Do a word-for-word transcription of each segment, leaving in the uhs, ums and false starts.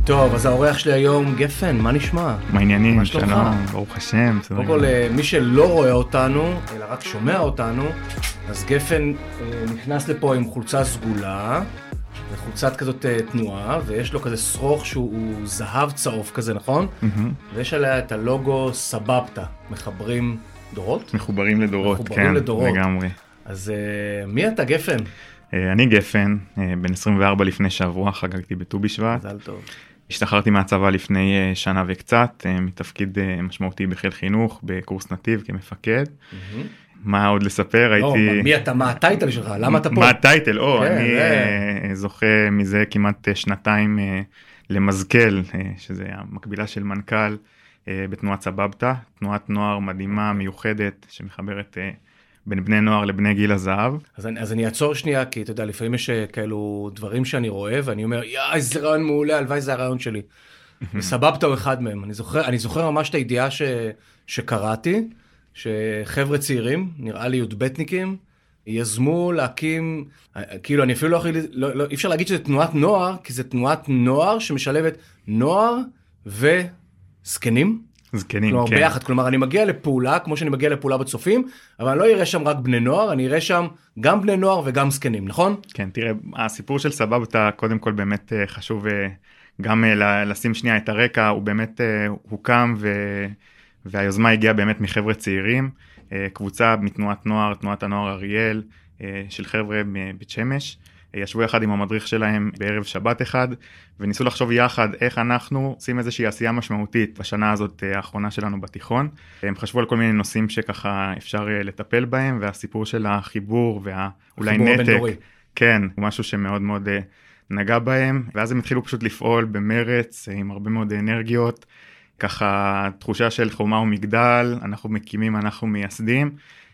טוב, אז האורח שלי היום, גפן, מה נשמע? מה העניינים? שלום, ברוך השם. קודם כל, מי שלא רואה אותנו, אלא רק שומע אותנו, אז גפן נכנס לפה עם חולצה סגולה, וחולצת כזאת תנועה, ויש לו כזה שרוך שהוא זהב צהוב כזה, נכון? ויש עליה את הלוגו סבבתא, מחברים דורות? מחוברים לדורות, מחוברים כן, לדורות. לגמרי. אז מי אתה, גפן? אני גפן, בן עשרים וארבע לפני שבוע, חגגתי בט"ו בשבט. מזל טוב. השתחררתי מהצבא לפני שנה וקצת, מתפקיד משמעותי בחיל חינוך, בקורס נתיב כמפקד. מה עוד לספר? הייתי... מי אתה? מה הטייטל שלך? למה אתה פה? מה הטייטל? או, אני זוכה מזה כמעט שנתיים למזכ"ל, שזה המקבילה של מנכ"ל בתנועת סבבתא, תנועת נוער מדהימה, מיוחדת, שמחברת בין בני נוער לבני גיל הזהב. אז אני, אז אני אעצור שנייה, כי אתה יודע, לפעמים יש כאלו דברים שאני רואה, ואני אומר, יא, איזה רעיון מעולה, הלוואי זה הרעיון שלי. וסבבתא הוא אחד מהם. אני זוכר, אני זוכר ממש את הידיעה ש, שקראתי, שחבר'ה צעירים, נראה לי יודבטניקים, יזמו להקים, כאילו אני אפילו לא יכול, לא, לא, אי אפשר להגיד שזה תנועת נוער, כי זה תנועת נוער שמשלבת נוער וזקנים. זקנים, כלומר, כן. ביחד, כלומר, אני מגיע לפעולה, כמו שאני מגיע לפעולה בצופים, אבל אני לא אראה שם רק בני נוער, אני אראה שם גם בני נוער וגם זקנים, נכון? כן, תראה, הסיפור של סבבתא, קודם כל באמת חשוב גם לשים שנייה את הרקע, הוא באמת הוקם, ו... והיוזמה הגיעה באמת מחבר'ה צעירים, קבוצה מתנועת נוער, תנועת הנוער אריאל, של חבר'ה מבית שמש, ישבו יחד עם המדריך שלהם בערב שבת אחד, וניסו לחשוב יחד איך אנחנו עושים איזושהי עשייה משמעותית בשנה הזאת האחרונה שלנו בתיכון. הם חשבו על כל מיני נושאים שככה אפשר לטפל בהם, והסיפור של החיבור ואולי נתק, כן, הוא משהו שמאוד מאוד נגע בהם, ואז הם התחילו פשוט לפעול במרץ עם הרבה מאוד אנרגיות, ככה תחושה של חומה ומגדל, אנחנו מקימים, אנחנו מייסדים,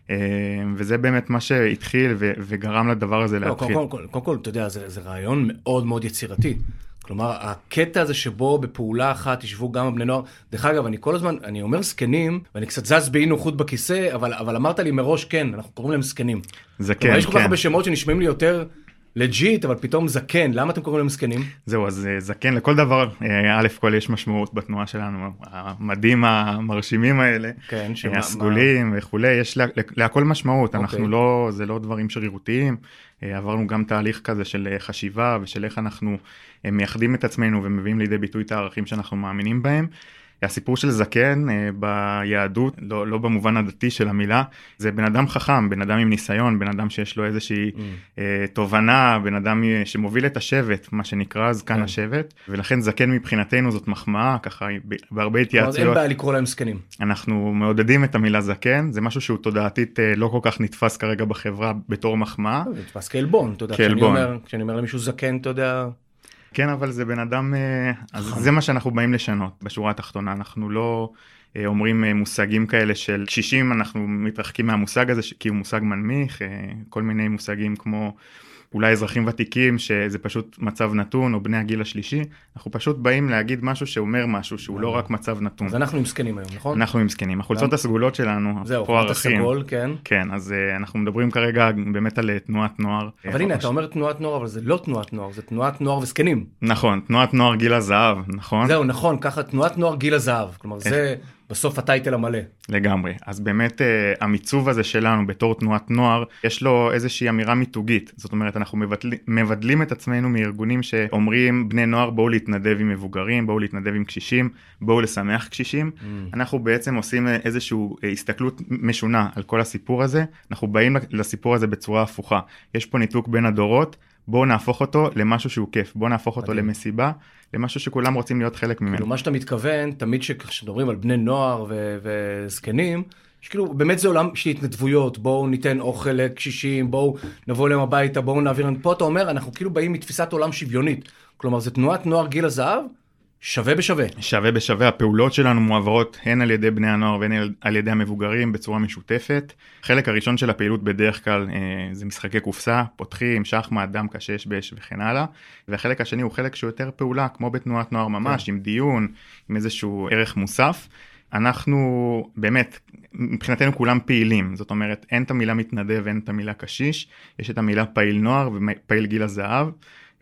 וזה באמת מה שהתחיל ו- וגרם לדבר הזה להתחיל. קודם כל, קודם כל, אתה יודע, זה, זה רעיון מאוד מאוד יצירתי. כלומר, הקטע הזה שבו בפעולה אחת ישבו גם הבני נוער, דרך אגב, אני כל הזמן, אני אומר זקנים, ואני קצת זז באי נוחות בכיסא, אבל, אבל אמרת לי מראש, כן, אנחנו קוראים להם זקנים. זה כלומר, כן, יש כל כך הרבה שמות שנשמעים לי יותר לג'יט, אבל פתאום זקן, למה אתם קוראים להם זקנים? זהו, אז זקן לכל דבר, א' כל יש משמעות בתנועה שלנו, המדים המרשימים האלה, כן, שמה, הסגולים מה... וכולי, יש לה, להכל משמעות, אנחנו אוקיי. לא, זה לא דברים שרירותיים, עברנו גם תהליך כזה של חשיבה, ושל איך אנחנו מייחדים את עצמנו, ומביאים לידי ביטוי את הערכים שאנחנו מאמינים בהם. הסיפור של זקן ביהדות, לא, לא במובן הדתי של המילה, זה בן אדם חכם, בן אדם עם ניסיון, בן אדם שיש לו איזושהי mm. תובנה, בן אדם שמוביל את השבט, מה שנקרא זקן mm. השבט, ולכן זקן מבחינתנו זאת מחמאה, ככה בהרבה התייעצויות. אין בעיה לקרוא להם זקנים. אנחנו מעודדים את המילה זקן, זה משהו שהוא תודעתית לא כל כך נתפס כרגע בחברה בתור מחמאה. נתפס כאלבון, אתה יודע, כשאני אומר, כשאני אומר למישהו זקן, אתה יודע... כן, אבל זה בן אדם, אז זה מה שאנחנו באים לשנות בשורה התחתונה, אנחנו לא אומרים מושגים כאלה של קשישים, אנחנו מתרחקים מהמושג הזה, כי הוא מושג מנמיך, כל מיני מושגים כמו אולי אזרחים ותיקים, שזה פשוט מצב נתון, או בני הגיל השלישי, אנחנו פשוט באים להגיד משהו שאומר משהו, שהוא לא רק מצב נתון. אז אנחנו עם זקנים היום, נכון? אנחנו עם זקנים, החולצות הסגולות שלנו, זהו, חולצות הסגול, כן. כן, אז אנחנו מדברים כרגע באמת על תנועת נוער. אבל הנה, אתה אומר תנועת נוער, אבל זה לא תנועת נוער, זה תנועת נוער וזקנים. נכון, תנועת נוער גיל הזהב, נכון? זהו, נכון, ככה, תנועת נוער גיל הזהב, כלומר, זה בסוף הטייטל המלא. לגמרי. אז באמת המיצוב הזה שלנו בתור תנועת נוער, יש לו איזושהי אמירה מיתוגית. זאת אומרת, אנחנו מבדלים, מבדלים את עצמנו מארגונים שאומרים, בני נוער בואו להתנדב עם מבוגרים, בואו להתנדב עם קשישים, בואו לשמח קשישים. Mm. אנחנו בעצם עושים איזושהי הסתכלות משונה על כל הסיפור הזה. אנחנו באים לסיפור הזה בצורה הפוכה. יש פה ניתוק בין הדורות, בואו נהפוך אותו למשהו שהוא כיף, בואו נהפוך אותו מדהים. למסיבה, למשהו שכולם רוצים להיות חלק ממנו. כאילו מה שאתה מתכוון, תמיד כשדברים על בני נוער ו- וזקנים, שכאילו באמת זה עולם של התנדבויות, בואו ניתן אוכל לקשישים, בואו נבוא להם הביתה, בואו נעביר, פה אתה אומר, אנחנו כאילו באים מתפיסת עולם שוויונית, כלומר זה תנועת נוער גיל הזהב, שווה בשווה. שווה בשווה, הפעולות שלנו מועברות הן על ידי בני הנוער והן על ידי המבוגרים בצורה משותפת. חלק הראשון של הפעילות בדרך כלל אה, זה משחקי קופסה, פותחים, שחמט, דם קשש, בש וכן הלאה. והחלק השני הוא חלק שהוא יותר פעולה, כמו בתנועת נוער ממש, עם דיון, עם איזשהו ערך מוסף. אנחנו באמת, מבחינתנו כולם פעילים, זאת אומרת, אין את המילה מתנדב, אין את המילה קשיש, יש את המילה פעיל נוער ופעיל גיל הזהב.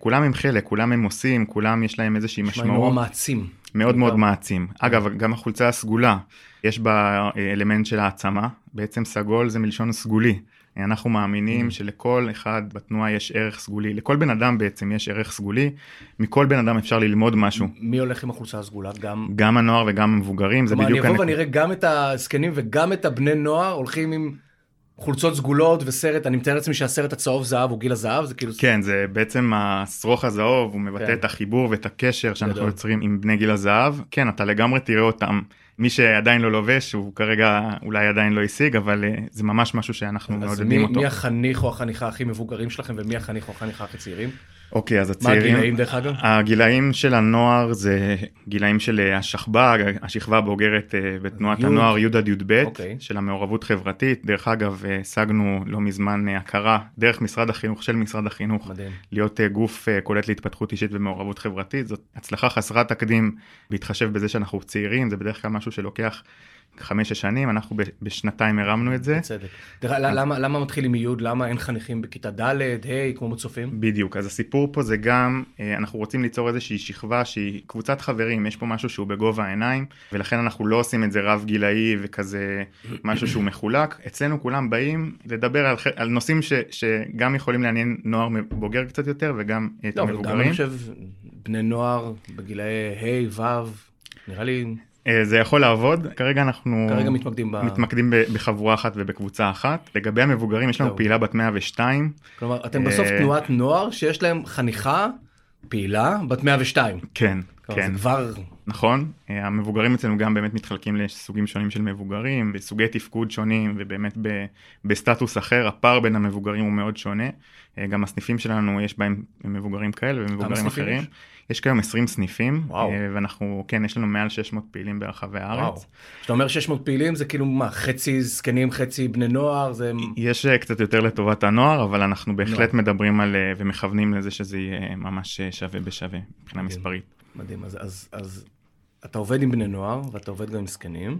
כולם הם חלק, כולם הם עושים, כולם יש להם איזושהי משמעות. נורא מעצים. מאוד מאוד מעצים. אגב, גם החולצה הסגולה, יש בה אלמנט של העצמה, בעצם סגול זה מלשון סגולי. אנחנו מאמינים שלכל אחד בתנועה יש ערך סגולי, לכל בן אדם בעצם יש ערך סגולי, מכל בן אדם אפשר ללמוד משהו. מי הולך עם החולצה הסגולה? גם... גם הנוער וגם המבוגרים, זה בדיוק... אני אבוא ואני אראה גם את הזקנים וגם את הבני נוער הולכים עם חולצות סגולות וסרט, אני מתאר לעצמי שהסרט הצהוב זהב הוא גיל הזהב, זה כאילו... כן, זה בעצם השרוך הזהוב, הוא מבטא את החיבור ואת הקשר שאנחנו יוצרים עם בני גיל הזהב. כן, אתה לגמרי תראה אותם. מי שעדיין לא לובש, הוא כרגע אולי עדיין לא השיג, אבל זה ממש משהו שאנחנו מעודדים אותו. מי החניך או החניכה הכי מבוגרים שלכם, ומי החניך או החניכה הכי צעירים? אוקיי, אז הצעירים... מה הגילאים דרך אגב? הגילאים של הנוער זה גילאים של השכבה, השכבה הבוגרת בתנועת הנוער י' עד י"ב, של המעורבות חברתית. דרך אגב, השגנו לא מזמן הכרה דרך משרד החינוך, של משרד החינוך, להיות גוף קולט להתפתחות אישית ומעורבות חברתית. זאת הצלחה חסרת תקדים בהתחשב בזה שאנחנו צעירים, זה בדרך כלל משהו שלוקח חמש שנים, אנחנו בשנתיים הרמנו את זה. בצדק. למה, למה מתחילים מיוד? למה אין חניכים בכיתה ד', ה', כמו מוצופים? בדיוק. אז הסיפור פה זה גם, אנחנו רוצים ליצור איזושהי שכבה שהיא קבוצת חברים, יש פה משהו שהוא בגובה העיניים, ולכן אנחנו לא עושים את זה רב גילאי וכזה משהו שהוא מחולק. אצלנו כולם באים לדבר על, על נושאים ש, שגם יכולים לעניין נוער בוגר קצת יותר, וגם את לא, המבוגרים. אבל גם אני חושב, בני נוער בגילאי ה', ו', נראה לי... זה יכול לעבוד, כרגע אנחנו כרגע מתמקדים, ב... מתמקדים בחבורה אחת ובקבוצה אחת. לגבי המבוגרים יש לנו פעילה בת מאה ושתיים. כלומר, אתם בסוף תנועת נוער שיש להם חניכה פעילה בת מאה ושתיים. כן, כן. זה כבר... נכון, המבוגרים אצלנו גם באמת מתחלקים לסוגים שונים של מבוגרים, בסוגי תפקוד שונים ובאמת ב... בסטטוס אחר, הפער בין המבוגרים הוא מאוד שונה. גם הסניפים שלנו יש בהם מבוגרים כאלה ומבוגרים אחרים. יש? יש כיום עשרים סניפים, וואו. ואנחנו, כן, יש לנו מעל שש מאות פעילים ברחבי הארץ. כשאתה אומר שש מאות פעילים, זה כאילו מה, חצי זקנים, חצי בני נוער? זה... יש קצת יותר לטובת הנוער, אבל אנחנו בהחלט נוער. מדברים על, ומכוונים לזה שזה יהיה ממש שווה בשווה, מבחינה מדהים. מספרית. מדהים, אז, אז, אז אתה עובד עם בני נוער, ואתה עובד גם עם זקנים,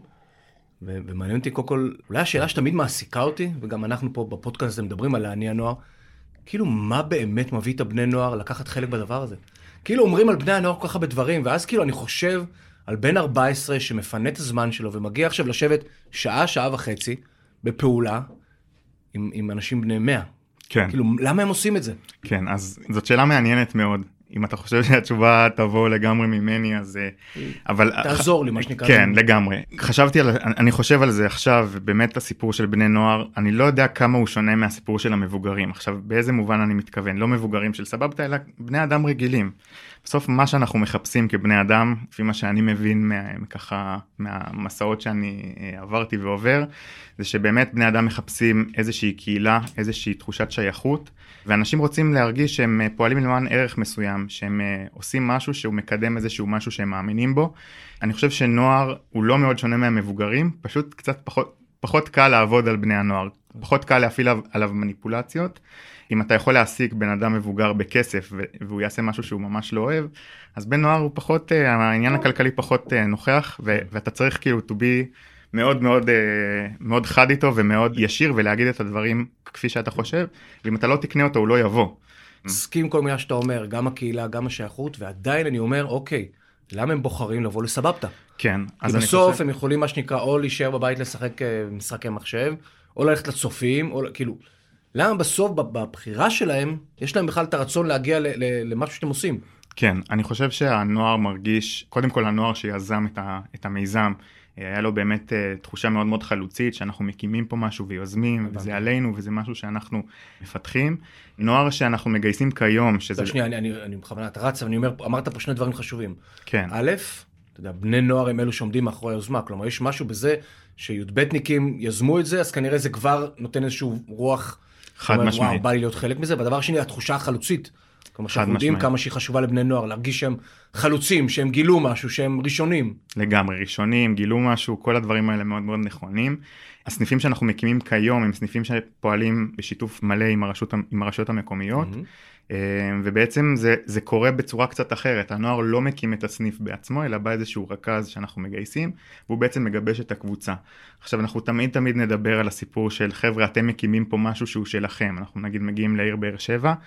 ו- ומעניין אותי קודם כל, אולי השאלה שתמיד מעסיקה אותי, וגם אנחנו פה בפודקאסט הזה מדברים על להניע נוער, כאילו מה באמת מביא את הבני נוער לקחת חלק בדבר הזה? כאילו אומרים על בני הנוער כל כך הרבה דברים, ואז כאילו אני חושב על בן ארבע עשרה שמפנה את הזמן שלו, ומגיע עכשיו לשבת שעה, שעה וחצי, בפעולה, עם, עם אנשים בני מאה. כן. כאילו, למה הם עושים את זה? כן, אז זאת שאלה מעניינת מאוד. אם אתה חושב שהתשובה תבוא לגמרי ממני, אז... אבל... תעזור לי, מה שנקרא. כן, לגמרי. חשבתי על... אני חושב על זה עכשיו, באמת הסיפור של בני נוער, אני לא יודע כמה הוא שונה מהסיפור של המבוגרים. עכשיו, באיזה מובן אני מתכוון? לא מבוגרים של סבבתא, אלא בני אדם רגילים. בסוף, מה שאנחנו מחפשים כבני אדם, לפי מה שאני מבין מה, ככה, מהמסעות שאני עברתי ועובר, זה שבאמת בני אדם מחפשים איזושהי קהילה, איזושהי תחושת שייכות, ואנשים רוצים להרגיש שהם פועלים למען ערך מסוים, שהם עושים משהו שהוא מקדם איזשהו משהו שהם מאמינים בו. אני חושב שנוער הוא לא מאוד שונה מהמבוגרים, פשוט קצת פחות, פחות קל לעבוד על בני הנוער, פחות קל להפעיל עליו מניפולציות. אם אתה יכול להעסיק בן אדם מבוגר בכסף, והוא יעשה משהו שהוא ממש לא אוהב, אז בן נוער הוא פחות, העניין הכלכלי פחות נוכח, ואתה צריך כאילו to be מאוד מאוד, מאוד חד איתו ומאוד ישיר, ולהגיד את הדברים כפי שאתה חושב, ואם אתה לא תקנה אותו, הוא לא יבוא. מסכים כל מילה שאתה אומר, גם הקהילה, גם השייכות, ועדיין אני אומר, אוקיי, למה הם בוחרים לבוא לסבבתא? כן. כי בסוף חושב... הם יכולים, מה שנקרא, או להישאר בבית לשחק משחקי מחשב, או ללכת לצופים, או כאילו, למה בסוף בבחירה שלהם, יש להם בכלל את הרצון להגיע למשהו שאתם עושים? כן, אני חושב שהנוער מרגיש, קודם כל הנוער שיזם את, ה, את המיזם, היה לו באמת uh, תחושה מאוד מאוד חלוצית, שאנחנו מקימים פה משהו ויוזמים, וזה עלינו, וזה משהו שאנחנו מפתחים. נוער שאנחנו מגייסים כיום, שזה... שנייה, אני, אני, אני בכוונה, אתה רץ, אבל אני אומר, אמרת פה שני דברים חשובים. כן. א', אתה יודע, בני נוער הם אלו שעומדים מאחורי היוזמה, כלומר, יש משהו בזה שי"בניקים יזמו את זה, אז כנראה זה כבר נותן איזשהו רוח, חד משמעית. וואו, בא לי להיות חלק מזה, והדבר השני, התחושה החלוצית. כלומר, שאנחנו יודעים כמה שהיא חשובה לבני נוער, להרגיש שהם חלוצים, שהם גילו משהו, שהם ראשונים. לגמרי, ראשונים, גילו משהו, כל הדברים האלה מאוד מאוד נכונים. הסניפים שאנחנו מקימים כיום, הם סניפים שפועלים בשיתוף מלא עם הרשות, עם הרשויות המקומיות, mm-hmm. ובעצם זה, זה קורה בצורה קצת אחרת. הנוער לא מקים את הסניף בעצמו, אלא בא איזשהו רכז שאנחנו מגייסים, והוא בעצם מגבש את הקבוצה. עכשיו, אנחנו תמיד תמיד נדבר על הסיפור של חבר'ה, אתם מקימים פה משהו שהוא שלכם. אנחנו נגיד מגיעים לעיר באר שבע,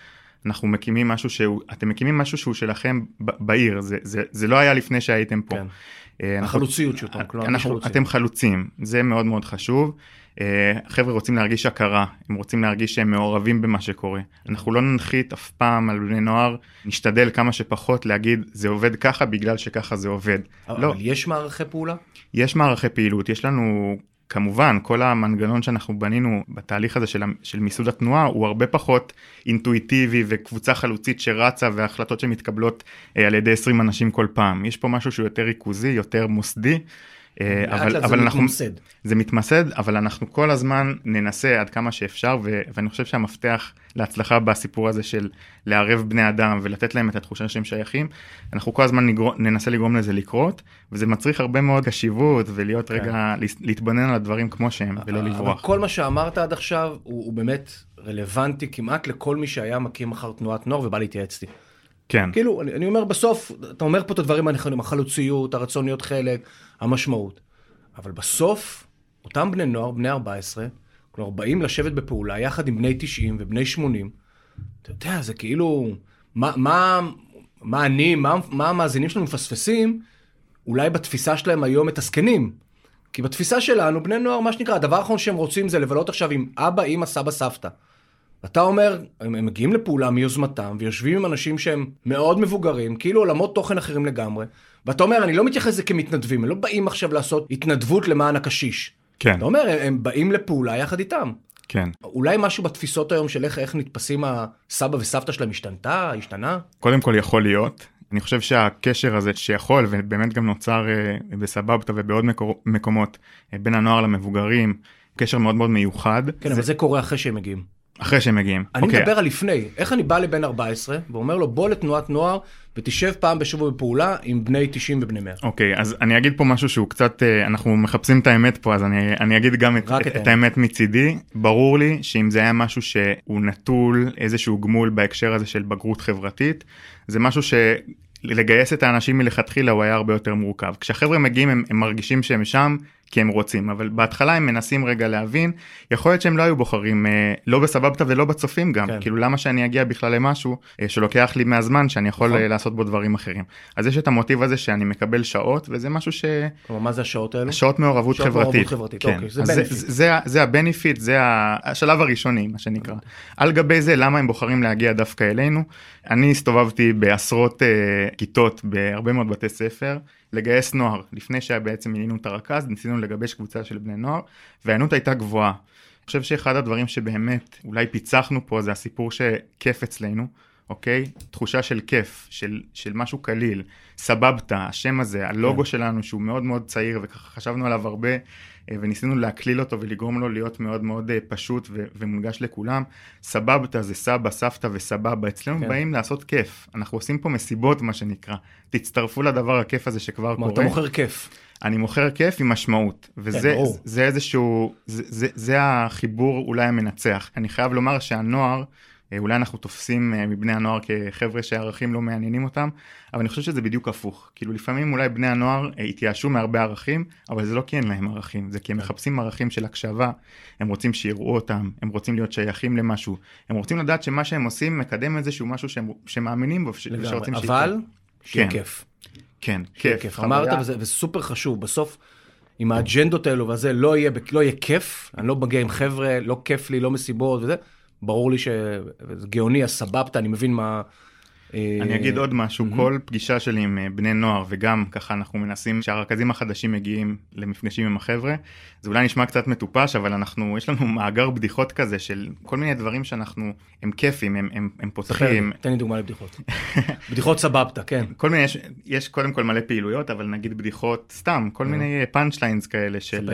אנחנו מקימים משהו שהוא, אתם מקימים משהו שהוא שלכם בעיר, זה, זה, זה לא היה לפני שהייתם פה. כן. החלוציות שלכם, כלומר, אנחנו, אתם חלוצים, זה מאוד מאוד חשוב. חבר'ה רוצים להרגיש הכרה, הם רוצים להרגיש שהם מעורבים במה שקורה. אנחנו לא ננחית אף פעם על בני נוער, נשתדל כמה שפחות להגיד, זה עובד ככה בגלל שככה זה עובד. אבל לא. יש מערכי פעולה? יש מערכי פעילות, יש לנו, כמובן, כל המנגנון שאנחנו בנינו בתהליך הזה של, של מיסוד התנועה, הוא הרבה פחות אינטואיטיבי וקבוצה חלוצית שרצה והחלטות שמתקבלות על ידי עשרים אנשים כל פעם. יש פה משהו שהוא יותר ריכוזי, יותר מוסדי, אבל, אבל זה אנחנו, מתמסד. זה מתמסד, אבל אנחנו כל הזמן ננסה עד כמה שאפשר, ו, ואני חושב שהמפתח להצלחה בסיפור הזה של לערב בני אדם ולתת להם את התחושה שהם שייכים, אנחנו כל הזמן נגר, ננסה לגרום לזה לקרות, וזה מצריך הרבה מאוד קשיבות, ולהיות כן. רגע, להתבונן על הדברים כמו שהם, ולא לברוח. אבל כל מה שאמרת עד עכשיו, הוא, הוא באמת רלוונטי כמעט לכל מי שהיה מקים אחר תנועת נוער, ובא להתייעץ לי. כן. כאילו, אני, אני אומר בסוף, אתה אומר פה את הדברים הנכונים, החלוציות, הרצון להיות חלק, המשמעות. אבל בסוף, אותם בני נוער, בני ארבע עשרה, כלומר, באים לשבת בפעולה, יחד עם בני תשעים ובני שמונים, אתה יודע, זה כאילו, מה, מה, מה אני, מה, מה המאזינים שלנו מפספסים, אולי בתפיסה שלהם היום מתסכנים. כי בתפיסה שלנו, בני נוער, מה שנקרא, הדבר האחרון שהם רוצים זה לבלות עכשיו עם אבא, אמא, סבא, סבתא. אתה אומר, הם, הם מגיעים לפעולה מיוזמתם, ויושבים עם אנשים שהם מאוד מבוגרים, כאילו עולמות תוכן אחרים לגמרי, ואתה אומר, אני לא מתייחס לזה כמתנדבים, הם לא באים עכשיו לעשות התנדבות למען הקשיש. כן. אתה אומר, הם, הם באים לפעולה יחד איתם. כן. אולי משהו בתפיסות היום של איך, איך נתפסים הסבא וסבתא שלהם השתנתה, השתנה? קודם כל יכול להיות. אני חושב שהקשר הזה שיכול, ובאמת גם נוצר אה, בסבבתא ובעוד מקור, מקומות, אה, בין הנוער למבוגרים, קשר מאוד מאוד מיוחד. כן, זה... אבל זה קורה אחרי שהם מגיעים. אחרי שהם מגיעים. אני אוקיי. מדבר על לפני. איך אני בא לבן ארבע עשרה, ואומר לו, בוא לתנועת נוער, ותשב פעם בשבוע בפעולה עם בני תשעים ובני מאה. אוקיי, אז אני אגיד פה משהו שהוא קצת, אנחנו מחפשים את האמת פה, אז אני, אני אגיד גם את, את, את האמת מצידי. ברור לי שאם זה היה משהו שהוא נטול איזשהו גמול בהקשר הזה של בגרות חברתית, זה משהו ש... לגייס את האנשים מלכתחילה הוא היה הרבה יותר מורכב. כשהחבר'ה מגיעים הם, הם מרגישים שהם שם כי הם רוצים, אבל בהתחלה הם מנסים רגע להבין, יכול להיות שהם לא היו בוחרים, אה, לא בסבבתא ולא בצופים גם, כן. כאילו למה שאני אגיע בכלל למשהו אה, שלוקח לי מהזמן שאני יכול נכון. אה, לעשות בו דברים אחרים. אז יש את המוטיב הזה שאני מקבל שעות, וזה משהו ש... כלומר, מה זה השעות האלה? שעות מעורבות שעות חברתית. מעורבות חברתית, כן. אוקיי, זה זה, בנפיט. זה, זה, זה הבנפיט, זה השלב הראשוני, מה שנקרא. על גבי זה, למה הם בוחרים להגיע דווקא אלינו? אני הסתובבתי בעשרות uh, כיתות בהרבה מאוד בתי ספר, לגייס נוער. לפני שבעצם מינינו את הרכז, ניסינו לגבש קבוצה של בני נוער, והענות הייתה גבוהה. אני חושב שאחד הדברים שבאמת אולי פיצחנו פה, זה הסיפור שכיף אצלנו, אוקיי? תחושה של כיף, של, של משהו קליל, סבבתא, השם הזה, הלוגו שלנו שהוא מאוד מאוד צעיר, וככה חשבנו עליו הרבה, וניסינו להקליל אותו ולגרום לו להיות מאוד מאוד פשוט ו- ומונגש לכולם. סבבתא זה סבא, סבתא וסבבה. אצלנו כן. באים לעשות כיף. אנחנו עושים פה מסיבות, מה שנקרא. תצטרפו לדבר הכיף הזה שכבר קורה. אתה מוכר כיף. אני מוכר כיף עם משמעות. וזה כן, זה איזשהו, זה, זה, זה החיבור אולי המנצח. אני חייב לומר שהנוער, אולי אנחנו תופסים מבני הנוער כחבר'ה שהערכים לא מעניינים אותם, אבל אני חושב שזה בדיוק הפוך. כאילו לפעמים אולי בני הנוער התייאשו מהרבה ערכים, אבל זה לא כי אין להם ערכים, זה כי הם מחפשים ערכים של הקשבה, הם רוצים שיראו אותם, הם רוצים להיות שייכים למשהו, הם רוצים לדעת שמה שהם עושים מקדם איזשהו משהו שהם, שהם מאמינים בו, ושרוצים שיקרה. אבל שיהיה כיף. כן, כיף. כיף. אמרת, וזה, וזה סופר חשוב. בסוף, עם האג'נדות האלו וזה, לא יהיה, לא יהיה כיף, אני לא מגיע עם חבר'ה, לא כיף לי, לא מסיבות וזה. ברור לי שזה גאוני, הסבבתא, אני מבין מה... אני אגיד עוד משהו, כל פגישה שלי עם בני נוער, וגם ככה אנחנו מנסים שהרכזים החדשים מגיעים למפגשים עם החבר'ה, זה אולי נשמע קצת מטופש, אבל אנחנו, יש לנו מאגר בדיחות כזה, של כל מיני דברים שאנחנו, הם כיפים, הם, הם, הם פותחים. תן לי דוגמה לבדיחות. בדיחות סבבתא, כן. כל מיני, יש, יש קודם כל מלא פעילויות, אבל נגיד בדיחות סתם, כל מיני פאנצ'ליינס כאלה, של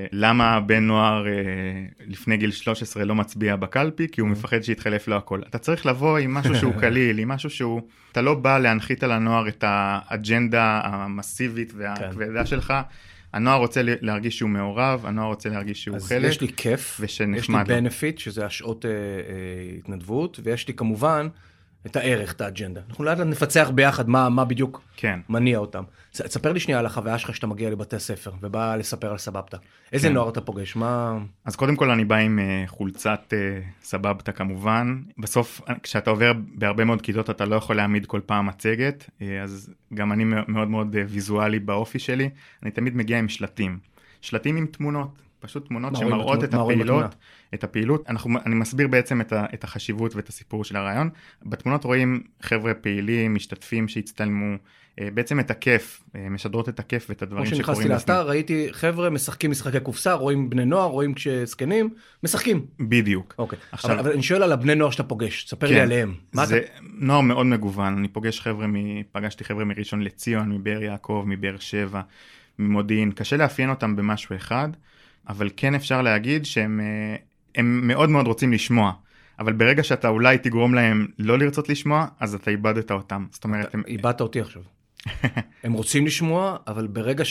למה בן נוער לפני גיל שלוש עשרה לא מצביע בקלפי, כי הוא מפחד שיתחלף לו הכל. אתה צריך לבוא עם משהו שהוא קליל, עם משהו שהוא אתה לא בא להנחית על הנוער את האג'נדה המסיבית והכבדה שלך. הנוער רוצה להרגיש שהוא מעורב, הנוער רוצה להרגיש שהוא חלק. אז יש לי כיף, יש לי בנפיט, שזה השעות התנדבות, ויש לי כמובן את הערך, את האג'נדה. אנחנו לאט לאט נפצח ביחד מה, מה בדיוק כן. מניע אותם. תספר לי שנייה על החוויה שלך שאתה מגיע לבתי הספר, ובא לספר על סבבתא. איזה כן. נוער אתה פוגש? מה... אז קודם כל אני בא עם uh, חולצת uh, סבבתא כמובן. בסוף, כשאתה עובר בהרבה מאוד כיתות, אתה לא יכול להעמיד כל פעם מצגת, uh, אז גם אני מאוד מאוד uh, ויזואלי באופי שלי. אני תמיד מגיע עם שלטים. שלטים עם תמונות. פשוט תמונות שמראות את הפעילות, את הפעילות. אנחנו, אני מסביר בעצם את, ה, את החשיבות ואת הסיפור של הרעיון. בתמונות רואים חבר'ה פעילים, משתתפים שהצטלמו, בעצם את הכיף, משדרות את הכיף ואת הדברים שקורים. כמו שנכנסתי לאתר, ראיתי חבר'ה משחקים משחקי קופסה, רואים בני נוער, רואים כשזקנים, משחקים. בדיוק. אוקיי. עכשיו, אבל, אבל אני שואל על הבני נוער שאתה פוגש, תספר כן, לי עליהם. זה אתה... נוער מאוד מגוון. אני פוגש חבר'ה, מ, פגשתי חבר'ה מראשון לציון, מבאר יעקב, מבאר שבע, ממודיעין. קשה לאפיין אותם במשהו אחד. אבל כן אפשר להגיד שהם הם מאוד מאוד רוצים לשמוע, אבל ברגע שאתה אולי תגרום להם לא לרצות לשמוע, אז אתה איבדת אותם. זאת אומרת, הם... איבדת אותי עכשיו. הם רוצים לשמוע, אבל ברגע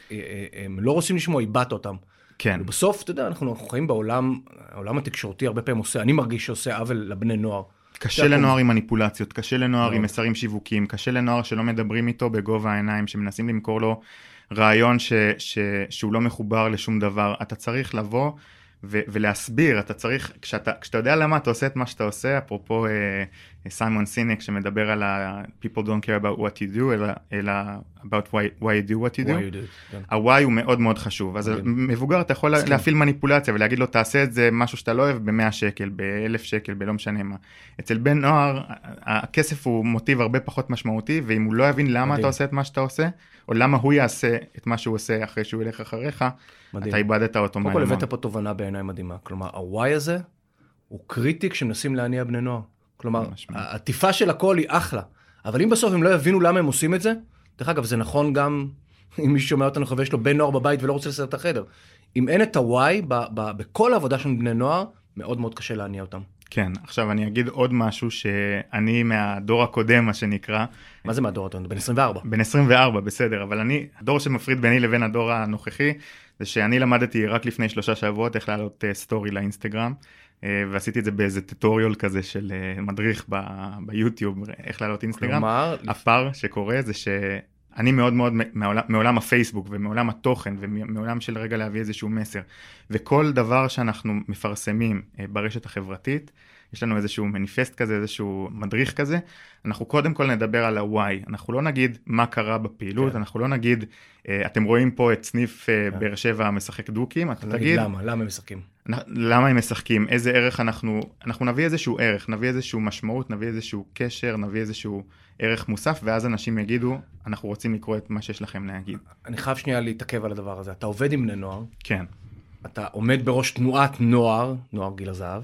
שהם לא רוצים לשמוע, איבדת אותם. כן. בסוף, אתה יודע, אנחנו חיים בעולם, העולם התקשורתי הרבה פעמים עושה, אני מרגיש שעושה עוול לבני נוער. קשה לנוער עם מניפולציות, קשה לנוער עם מסרים שיווקים, קשה לנוער שלא מדברים איתו בגובה העיניים, שמנסים למכור לו רעיון ש, ש, שהוא לא מחובר לשום דבר. אתה צריך לבוא ו, ולהסביר, אתה צריך, כשאתה, כשאתה יודע למה אתה עושה את מה שאתה עושה, אפרופו סיימון סינק שמדבר על ה- people don't care about what you do, אלא, אלא about why, why you do what you do. Why you do, כן. ה-why הוא מאוד מאוד חשוב. אז מבוגר אתה יכול להפעיל מניפולציה ולהגיד לו, תעשה את זה משהו שאתה לא אוהב ב-מאה שקל, ב-אלף שקל, בלא משנה מה. אצל בן נוער, הכסף הוא מוטיב הרבה פחות משמעותי, ואם הוא לא יבין למה אתה עושה את מה שאתה עושה, או למה הוא יעשה את מה שהוא עושה אחרי שהוא ילך אחריך, אתה איבדת אותו מהיום. קודם כל הבאת פה תובנה בעיניי מדהימה. כלומר, ה-why הזה הוא קריטי כשמנסים להניע בני נוער. כלומר, העטיפה של הכל היא אחלה. אבל אם בסוף הם לא יבינו למה הם עושים את זה, דרך אגב, זה נכון גם אם מי שומע אותנו חווה, יש לו בן נוער בבית ולא רוצה לסדר את החדר. אם אין את ה-why בכל העבודה של בני נוער, מאוד מאוד קשה להניע אותם. כן, עכשיו אני אגיד עוד משהו שאני מהדור הקודם, מה שנקרא. מה זה מהדור הקודם? בן עשרים וארבע. בן עשרים וארבע, בסדר, אבל אני, הדור שמפריד ביני לבין הדור הנוכחי, זה שאני למדתי רק לפני שלושה שבועות איך לעלות סטורי לאינסטגרם, ועשיתי את זה באיזה טוטוריול כזה של מדריך ב- ביוטיוב, איך לעלות אינסטגרם. כלומר, הפער שקורה זה שאני מאוד מאוד מעולם, מעולם הפייסבוק ומעולם התוכן ומעולם של רגע להביא איזשהו מסר. וכל דבר שאנחנו מפרסמים ברשת החברתית, יש לנו איזשהו מניפסט כזה, איזשהו מדריך כזה, אנחנו קודם כל נדבר על ה-why. אנחנו לא נגיד מה קרה בפעילות, כן. אנחנו לא נגיד, אתם רואים פה את סניף כן. באר שבע משחק דוקים, אתה תגיד... למה? למה הם משחקים? למה הם משחקים? איזה ערך אנחנו... אנחנו נביא איזשהו ערך, נביא איזשהו משמעות, נביא איזשהו קשר, נביא איזשהו ערך מוסף, ואז אנשים יגידו, אנחנו רוצים לקרוא את מה שיש לכם להגיד. אני חייב שנייה להתעכב על הדבר הזה. אתה עובד עם בני נוער. כן. אתה עומד בראש תנועת נוער, נוער גיל הזהב,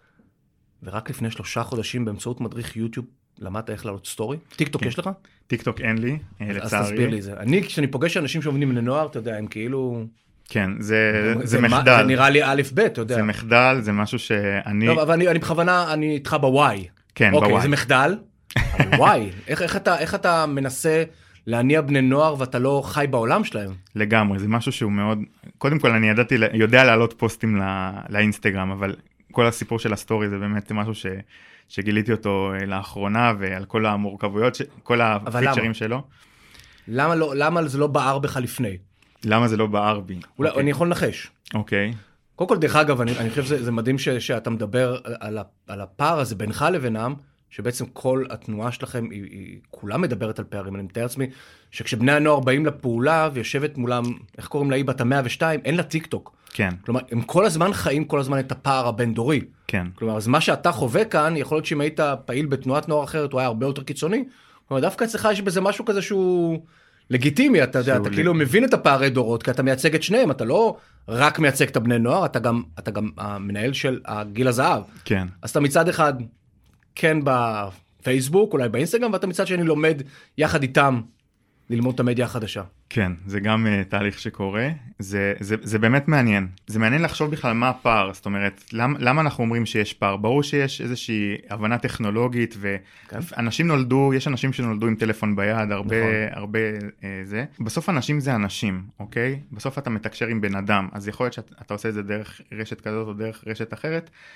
ורק לפני שלושה חודשים באמצעות מדריך יוטיוב למדת איך לעלות סטורי? טיקטוק יש לך? טיקטוק אין לי, לצערי. אז תסביר לי זה. אני, כשאני פוגש אנשים שעובדים בני נוער, אתה יודע, הם כאילו... כן, זה מחדל. זה נראה לי א' ב', אתה יודע. זה מחדל, זה משהו שאני... לא, אבל אני בכוונה, אני איתך בוואי. כן, בוואי. אוקיי, זה מחדל, אבל וואי, איך אתה מנסה להניע בני נוער ואתה לא חי בעולם שלהם? לגמרי, זה משהו שהוא מאוד... קודם כל, אני ידעתי, יודע להעלות פוסטים לאינסטגרם, אבל... כל הסיפור של הסטורי זה באמת משהו ש, שגיליתי אותו לאחרונה, ועל כל המורכבויות, ש, כל הפיצ'רים שלו. למה, לא, למה זה לא בער בך לפני? למה זה לא בער בי? אולי, okay. אני יכול לנחש. אוקיי. Okay. קודם כל, דרך אגב, אני, אני חושב שזה מדהים ש, שאתה מדבר על, ה, על הפער הזה בינך לבינם, שבעצם כל התנועה שלכם היא, היא כולה מדברת על פערים. אני מתאר לעצמי שכשבני הנוער באים לפעולה ויושבת מולם, איך קוראים לה, היא בת ה-מאה ושתיים, אין לה טיק טוק. כן. כלומר, הם כל הזמן חיים כל הזמן את הפער הבין-דורי. כן. כלומר, אז מה שאתה חווה כאן, יכול להיות שאם היית פעיל בתנועת נוער אחרת, הוא היה הרבה יותר קיצוני. כלומר, דווקא אצלך יש בזה משהו כזה שהוא לגיטימי, אתה יודע, אתה כאילו מבין את הפערי דורות, כי אתה מייצג את שניהם, אתה לא רק מייצג את הבני נוער, אתה גם, אתה גם המנהל של הגיל הזהב. כן. אז אתה מצד אחד, כן בפייסבוק, אולי באינסטגרם, ואתה מצד שני לומד יחד איתם ללמוד את המדיה החדשה. כן, זה גם uh, תהליך שקורה, זה, זה, זה באמת מעניין. זה מעניין לחשוב בכלל מה הפער, זאת אומרת, למ, למה אנחנו אומרים שיש פער? ברור שיש איזושהי הבנה טכנולוגית, ואנשים כן. נולדו, יש אנשים שנולדו עם טלפון ביד, הרבה, נכון. הרבה uh, זה. בסוף אנשים זה אנשים, אוקיי? בסוף אתה מתקשר עם בן אדם, אז יכול להיות שאתה עושה את זה דרך רשת כזאת או דרך רשת אחרת.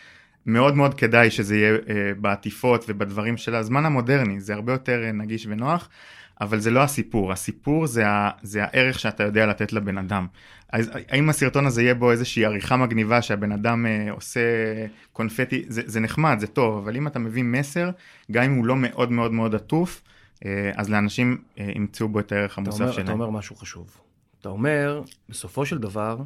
מאוד מאוד כדאי שזה יהיה בעטיפות ובדברים של הזמן המודרני, זה הרבה יותר נגיש ונוח, אבל זה לא הסיפור, הסיפור זה, ה, זה הערך שאתה יודע לתת לבן אדם. אז האם הסרטון הזה יהיה בו איזושהי עריכה מגניבה שהבן אדם אה, עושה קונפטי, זה, זה נחמד, זה טוב, אבל אם אתה מביא מסר, גם אם הוא לא מאוד מאוד מאוד עטוף, אה, אז לאנשים אה, ימצאו בו את הערך המוסף אומר, שלהם. אתה אומר משהו חשוב. אתה אומר, בסופו של דבר,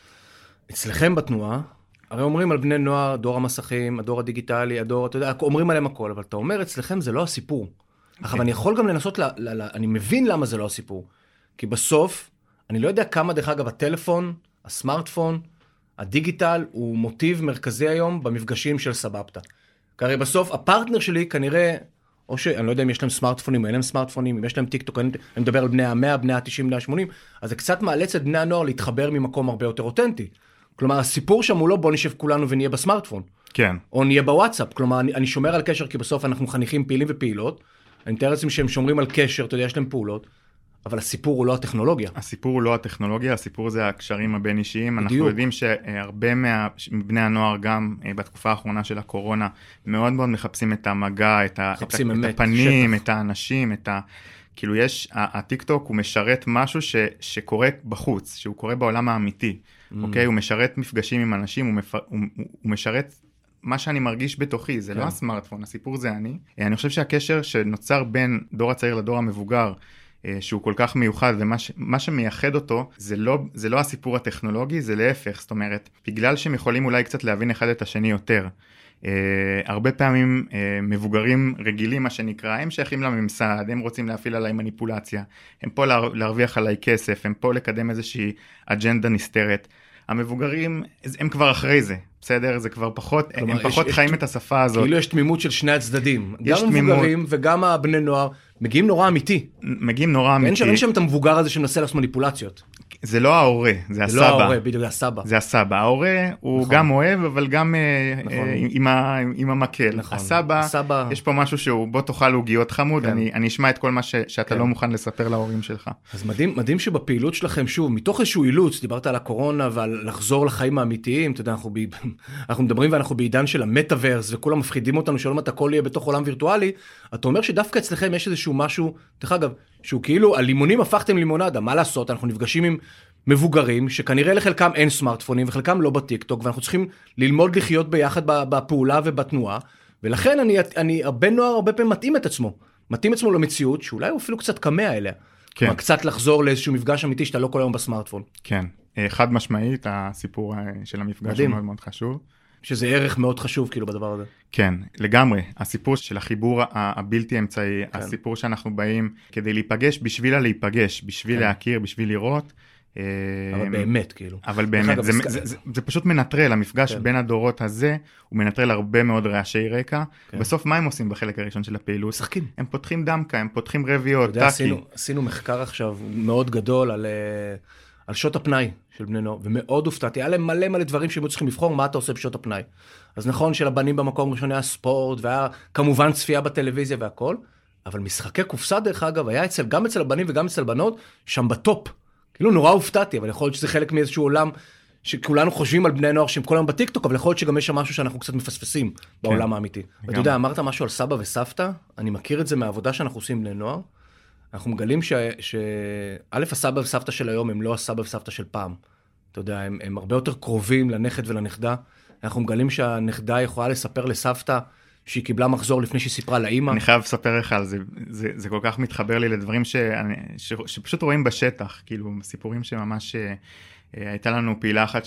אצלכם בתנועה, הרי אומרים על בני נוער, דור המסכים, הדור הדיגיטלי, הדור, אתה יודע, אומרים עליהם הכל, אבל אתה אומר, אצלכם זה לא הסיפור. אבל אני יכול גם לנסות, ל, ל, ל, אני מבין למה זה לא הסיפור. כי בסוף, אני לא יודע כמה, דרך אגב, הטלפון, הסמארטפון, הדיגיטל, הוא מוטיב מרכזי היום במפגשים של סבבתא. כי הרי בסוף, הפרטנר שלי כנראה, או שאני לא יודע אם יש להם סמארטפונים, או אין להם סמארטפונים, אם יש להם טיק טוק, אני, אני מדבר על בני המאה, בני ה-תשעים, בני ה-שמונים, אז זה קצת מאלץ את בני הנוער להתחבר ממקום הרבה יותר אותנטי. כלומר, הסיפור שם הוא לא בוא נשב כולנו ונהיה בסמארטפון. כן. או נהיה בוואטסאפ. כלומר, אני, אני שומר על קשר, כי בסוף אנחנו חניכים פעילים ופעילות. אני מתאר לעצמי שהם שומרים על קשר, אתה יודע, יש להם פעולות, אבל הסיפור הוא לא הטכנולוגיה. הסיפור הוא לא הטכנולוגיה, הסיפור זה הקשרים הבין אישיים. אנחנו יודעים שהרבה מבני הנוער, גם בתקופה האחרונה של הקורונה, מאוד מאוד מחפשים את המגע, את, ה, את, את הפנים, שטח. את האנשים, את ה... כאילו יש, הטיק-טוק הוא משרת משהו ש, שקורה בחוץ, שהוא קורה בעולם האמיתי, mm. אוקיי? הוא משרת מפגשים עם אנשים, הוא, מפ... הוא, הוא משרת מה שאני מרגיש בתוכי, זה כן. לא הסמארטפון, הסיפור זה אני. אני חושב שהקשר שנוצר בין דור הצעיר לדור המבוגר, שהוא כל כך מיוחד, ומה ש... מה שמייחד אותו, זה לא, זה לא הסיפור הטכנולוגי, זה להפך, זאת אומרת, בגלל שהם יכולים אולי קצת להבין אחד את השני יותר, Uh, הרבה פעמים uh, מבוגרים רגילים מה שנקרא, הם שייכים לממסד, הם רוצים להפעיל עליי מניפולציה, הם פה לה, להרוויח עליי כסף, הם פה לקדם איזושהי אג'נדה נסתרת. המבוגרים הם כבר אחרי זה, בסדר? זה כבר פחות, כלומר, הם יש, פחות יש, חיים יש, את השפה הזאת. כאילו יש תמימות של שני הצדדים, גם המבוגרים וגם הבני נוער, מגיעים נורא אמיתי. מגיעים נורא אמיתי. אין שם את המבוגר הזה שמנסה לעשות מניפולציות. זה לא ההורה, זה, זה הסבא. זה לא ההורה, בדיוק, זה הסבא. זה הסבא. ההורה הוא נכון. גם אוהב, אבל גם נכון. אה, עם, ה, עם המקל. נכון. הסבא, הסבא, יש פה משהו שהוא, בוא תאכל עוגיות חמוד, כן. אני, אני אשמע את כל מה ש, שאתה כן. לא מוכן לספר להורים שלך. אז מדהים, מדהים שבפעילות שלכם, שוב, מתוך איזשהו אילוץ, דיברת על הקורונה ועל לחזור לחיים האמיתיים, אתה יודע, אנחנו, ב, אנחנו מדברים ואנחנו בעידן של המטאברס, וכולם מפחידים אותנו שלא מת הכל יהיה בתוך עולם וירטואלי, אתה אומר שדווקא אצלכם יש איזשהו משהו, דרך אגב, שהוא כאילו, הלימונים הפכתם לימונדה, מה לעשות? אנחנו נפגשים עם מבוגרים, שכנראה לחלקם אין סמארטפונים, וחלקם לא בטיקטוק, ואנחנו צריכים ללמוד לחיות ביחד בפעולה ובתנועה, ולכן אני, אני, הבן נוער הרבה פעמים מתאים את עצמו, מתאים את עצמו למציאות, שאולי הוא אפילו קצת קמא אליה. כן. כלומר, קצת לחזור לאיזשהו מפגש אמיתי, שאתה לא כל היום בסמארטפון. כן, חד משמעית, הסיפור של המפגש הוא מאוד מאוד חשוב. שזה ערך מאוד חשוב כאילו בדבר הזה. כן, לגמרי. הסיפור של החיבור הבלתי אמצעי, כן. הסיפור שאנחנו באים כדי להיפגש, בשביל להיפגש, בשביל כן. להכיר, בשביל לראות. אבל באמת, כאילו. אבל באמת, זה, זה, זה, זה, זה פשוט מנטרל, המפגש כן. בין הדורות הזה, הוא מנטרל הרבה מאוד רעשי רקע. כן. בסוף מה הם עושים בחלק הראשון של הפעילות? משחקים. הם פותחים דמקה, הם פותחים רביעות, טאקי. עשינו, עשינו מחקר עכשיו מאוד גדול על, על שעות הפנאי של בני נוער, ומאוד הופתעתי. היה להם מלא מלא דברים שהם צריכים לבחור מה אתה עושה בשעות הפנאי. אז נכון שלבנים במקום ראשון היה ספורט, והיה כמובן צפייה בטלוויזיה והכל, אבל משחקי קופסה דרך אגב, היה אצל, גם אצל הבנים וגם אצל בנות, שם בטופ. כאילו נורא הופתעתי, אבל יכול להיות שזה חלק מאיזשהו עולם שכולנו חושבים על בני נוער שהם כל היום בטיקטוק, אבל יכול להיות שגם יש שם משהו שאנחנו קצת מפספסים בעולם האמיתי. ואתה יודע, אמרת משהו על סבא וסבתא, אני מכיר את זה מהעבודה שאנחנו עושים בני נוער, אנחנו מגלים ש... ש... א', הסבא וסבתא של היום הם לא הסבא וסבתא של פעם. אתה יודע, הם, הם הרבה יותר קרובים לנכד ולנכדה. אנחנו מגלים שהנכדה יכולה לספר לסבתא שהיא קיבלה מחזור לפני שהיא סיפרה לאמא. אני חייב לספר לך על זה, זה, זה כל כך מתחבר לי לדברים שאני, ש, שפשוט רואים בשטח, כאילו סיפורים שממש, הייתה לנו פעילה אחת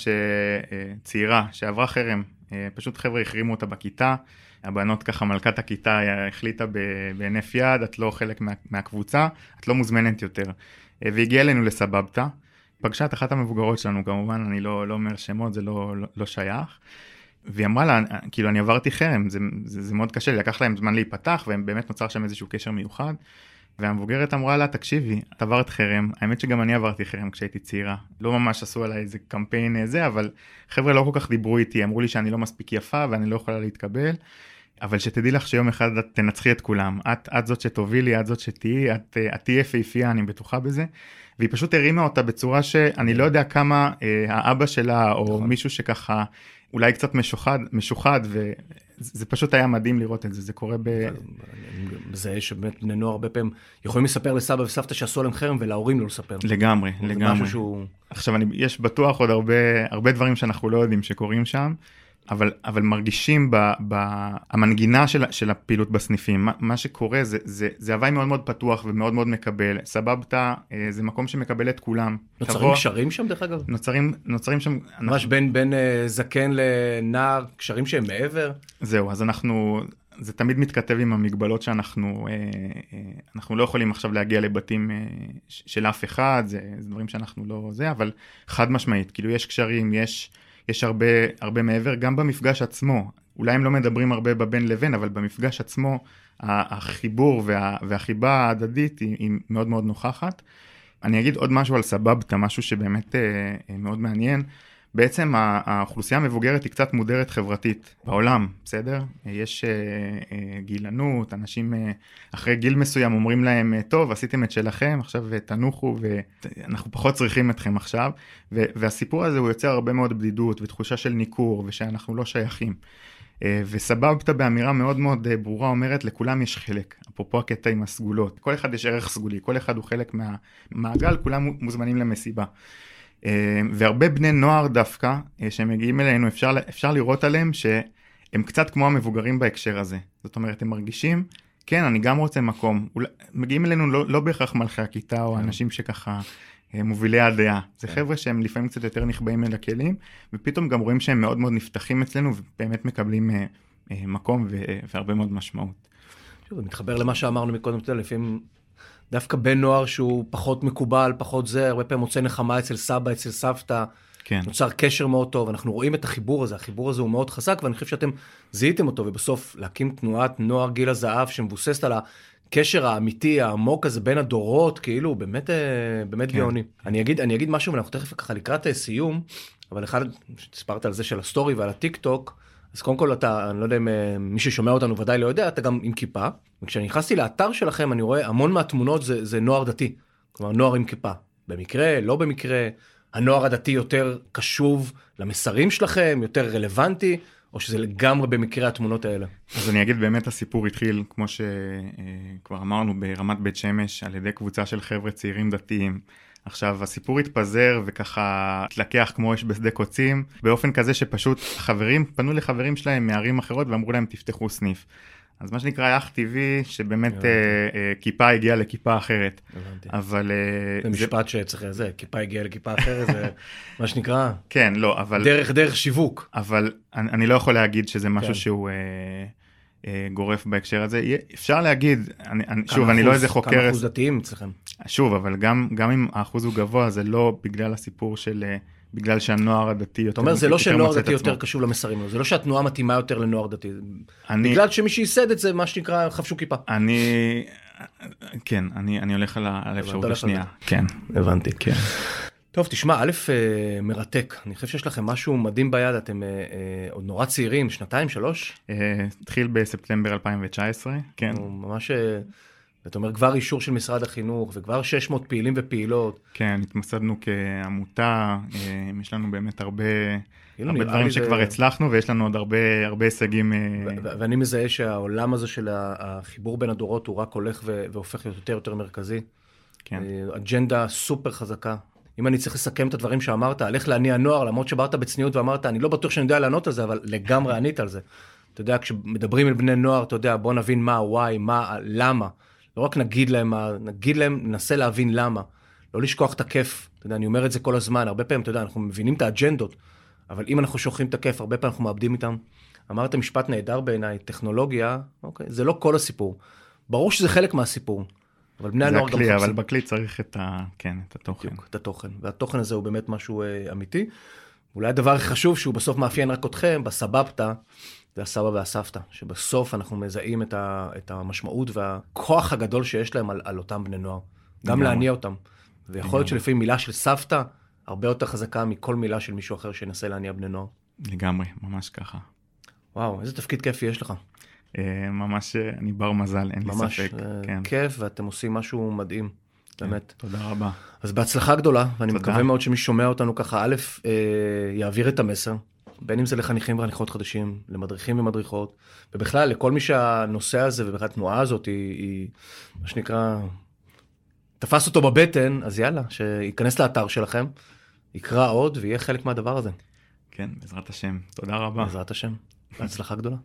צעירה שעברה חרם, פשוט חבר'ה החרימו אותה בכיתה, הבנות ככה מלכת הכיתה החליטה בהינף יד, את לא חלק מה, מהקבוצה, את לא מוזמנת יותר, והגיעה אלינו לסבבתא, פגשה את אחת המבוגרות שלנו, כמובן אני לא, לא אומר שמות, זה לא, לא, לא שייך, והיא אמרה לה, כאילו אני עברתי חרם, זה, זה, זה מאוד קשה, לקח להם זמן להיפתח, והם באמת נוצר שם איזשהו קשר מיוחד, והמבוגרת אמרה לה, תקשיבי, את עברת חרם, האמת שגם אני עברתי חרם כשהייתי צעירה, לא ממש עשו עליי איזה קמפיין זה, אבל חבר'ה לא כל כך דיברו איתי, אמרו לי שאני לא מספיק יפה, ואני לא יכולה להתקבל, אבל שתדעי לך שיום אחד את תנצחי את כולם, את, את זאת שתובילי, את זאת שתהיי, את, את תהיי יפהפייה, אני בטוחה בזה, והיא פשוט הרימה אותה בצורה שאני לא יודע כמה אה, האבא שלה, או נכון. מישהו שככה, אולי קצת משוחד, משוחד, וזה פשוט היה מדהים לראות את זה, זה קורה ב... זה שבאמת בני נוער הרבה פעמים יכולים לספר לסבא וסבתא שעשו עליהם חרם, ולהורים לא לספר. לגמרי, לגמרי. שהוא... עכשיו, אני, יש בטוח עוד הרבה, הרבה דברים שאנחנו לא יודעים שקורים שם, אבל, אבל מרגישים במנגינה של, של הפעילות בסניפים, מה, מה שקורה זה, זה, זה הוואי מאוד מאוד פתוח ומאוד מאוד מקבל, סבבתא, זה מקום שמקבל את כולם. נוצרים קשרים שם דרך אגב? נוצרים, נוצרים שם... ממש אנחנו... בין, בין זקן לנער, קשרים שהם מעבר? זהו, אז אנחנו, זה תמיד מתכתב עם המגבלות שאנחנו, אנחנו לא יכולים עכשיו להגיע לבתים של אף אחד, זה, זה דברים שאנחנו לא זה, אבל חד משמעית, כאילו יש קשרים, יש... יש הרבה, הרבה מעבר, גם במפגש עצמו, אולי הם לא מדברים הרבה בבין לבין, אבל במפגש עצמו, החיבור וה, והחיבה ההדדית היא, היא מאוד מאוד נוכחת. אני אגיד עוד משהו על סבבתא, משהו שבאמת אה, מאוד מעניין. בעצם האוכלוסייה המבוגרת היא קצת מודרת חברתית בעולם, בסדר? יש אה, אה, גילנות, אנשים אה, אחרי גיל מסוים אומרים להם, טוב, עשיתם את שלכם, עכשיו תנוחו, ואנחנו פחות צריכים אתכם עכשיו, ו- והסיפור הזה הוא יוצר הרבה מאוד בדידות, ותחושה של ניכור, ושאנחנו לא שייכים. אה, וסבבתא באמירה מאוד מאוד ברורה אומרת, לכולם יש חלק, אפרופו הקטע עם הסגולות, כל אחד יש ערך סגולי, כל אחד הוא חלק מהמעגל, כולם מוזמנים למסיבה. והרבה בני נוער דווקא, שהם מגיעים אלינו, אפשר, אפשר לראות עליהם שהם קצת כמו המבוגרים בהקשר הזה. זאת אומרת, הם מרגישים, כן, אני גם רוצה מקום. מגיעים אלינו לא, לא בהכרח מלכי הכיתה, או אנשים שככה מובילי הדעה. זה חבר'ה שהם לפעמים קצת יותר נכבאים אל הכלים, ופתאום גם רואים שהם מאוד מאוד נפתחים אצלנו, ובאמת מקבלים מקום והרבה מאוד משמעות. זה מתחבר למה שאמרנו מקודם, לפעמים... דווקא בן נוער שהוא פחות מקובל, פחות זה, הרבה פעמים מוצא נחמה אצל סבא, אצל סבתא, כן. נוצר קשר מאוד טוב, אנחנו רואים את החיבור הזה, החיבור הזה הוא מאוד חזק, ואני חושב שאתם זיהיתם אותו, ובסוף להקים תנועת נוער גיל הזהב, שמבוססת על הקשר האמיתי, העמוק הזה בין הדורות, כאילו, באמת, באמת כן. גאוני. אני אגיד, אני אגיד משהו, ואנחנו תכף ככה לקראת סיום, אבל אחד, שתספרת על זה של הסטורי ועל הטיק טוק, אז קודם כל אתה, אני לא יודע אם מי ששומע אותנו ודאי לא יודע, אתה גם עם כיפה, וכשאני נכנסתי לאתר שלכם, אני רואה המון מהתמונות זה, זה נוער דתי, כלומר נוער עם כיפה. במקרה, לא במקרה, הנוער הדתי יותר קשוב למסרים שלכם, יותר רלוונטי, או שזה לגמרי במקרה התמונות האלה? אז אני אגיד, באמת הסיפור התחיל, כמו שכבר אמרנו, ברמת בית שמש, על ידי קבוצה של חבר'ה צעירים דתיים, עכשיו, הסיפור התפזר וככה התלקח כמו אש בשדה קוצים, באופן כזה שפשוט חברים פנו לחברים שלהם מערים אחרות ואמרו להם תפתחו סניף. אז מה שנקרא היה אך טבעי שבאמת אה, אה, כיפה הגיעה לכיפה אחרת. הבנתי. אבל... אה, זה משפט שצריך לזה, כיפה הגיעה לכיפה אחרת, זה מה שנקרא... כן, לא, אבל... דרך דרך שיווק. אבל אני, אני לא יכול להגיד שזה משהו כן. שהוא... אה, גורף בהקשר הזה, אפשר להגיד, אני, אני, שוב, אני לא איזה חוקר... כמה אחוז דתיים אצלכם? שוב, אבל גם, גם אם האחוז הוא גבוה, זה לא בגלל הסיפור של, בגלל שהנוער הדתי יותר... אתה אומר, זה לא שנוער דתי יותר קשור למסרים, זה לא שהתנועה מתאימה יותר לנוער דתי, אני, בגלל שמי שייסד את זה, מה שנקרא, חפשו כיפה. אני, כן, אני, אני הולך על האפשרות השנייה. כן. הבנתי. כן. טוב, תשמע, א', מרתק. אני חושב שיש לכם משהו מדהים ביד, אתם עוד נורא צעירים, שנתיים, שלוש? התחיל בספטמבר אלפיים תשע עשרה, כן. ממש, אתה אומר, כבר אישור של משרד החינוך, וכבר שש מאות פעילים ופעילות. כן, התמסדנו כעמותה, יש לנו באמת הרבה, הרבה דברים שכבר הצלחנו, ויש לנו עוד הרבה, הרבה הישגים. ואני מזהה שהעולם הזה של החיבור בין הדורות, הוא רק הולך והופך להיות יותר יותר מרכזי. כן. אג'נדה סופר חזקה. אם אני צריך לסכם את הדברים שאמרת, הלך להניע נוער, למרות שבאת בצניעות ואמרת, אני לא בטוח שאני יודע לענות על זה, אבל לגמרי ענית על זה. אתה יודע, כשמדברים על בני נוער, אתה יודע, בוא נבין מה, וואי, מה, למה. לא רק נגיד להם מה, נגיד להם, ננסה להבין למה. לא לשכוח את הכיף. אתה יודע, אני אומר את זה כל הזמן, הרבה פעמים, אתה יודע, אנחנו מבינים את האג'נדות, אבל אם אנחנו שוכחים את הכיף, הרבה פעמים אנחנו מאבדים איתם. אמרת משפט נהדר בעיניי, טכנולוגיה, אוקיי, זה לא כל הסיפור. ברור שזה חלק מהסיפור. אבל בני הנוער גם חפשים. אבל בכלי צריך את, ה... כן, את התוכן. בדיוק, את התוכן. והתוכן הזה הוא באמת משהו אה, אמיתי. אולי הדבר חשוב שהוא בסוף מאפיין רק אתכם, בסבבתא, זה הסבא והסבתא, שבסוף אנחנו מזהים את, ה... את המשמעות והכוח הגדול שיש להם על, על אותם בני נוער. גם להניע אותם. ויכול להיות שלפעמים מילה של סבתא, הרבה יותר חזקה מכל מילה של מישהו אחר שינסה להניע בני נוער. לגמרי, ממש ככה. וואו, איזה תפקיד כיפי יש לך. ממש אני בר מזל, אין לי ספק. ממש כיף, ואתם עושים משהו מדהים, באמת. תודה רבה. אז בהצלחה גדולה, ואני מקווה מאוד שמי שומע אותנו ככה, א', יעביר את המסר, בין אם זה לחניכים וחניכות חדשים, למדריכים ומדריכות, ובכלל, לכל מי שהנושא הזה, ובכלל התנועה הזאת, היא, מה שנקרא, תפס אותו בבטן, אז יאללה, שיכנס לאתר שלכם, יקרא עוד, ויהיה חלק מהדבר הזה. כן, בעזרת השם. תודה רבה. בעזרת השם. בהצלחה גדולה.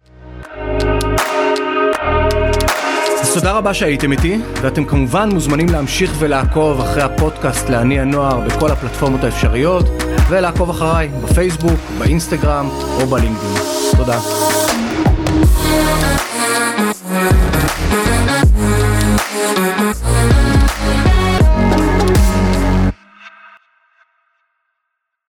אז תודה רבה שהייתם איתי, ואתם כמובן מוזמנים להמשיך ולעקוב אחרי הפודקאסט לעני הנוער בכל הפלטפורמות האפשריות, ולעקוב אחריי בפייסבוק, באינסטגרם או בלינקדאין. תודה.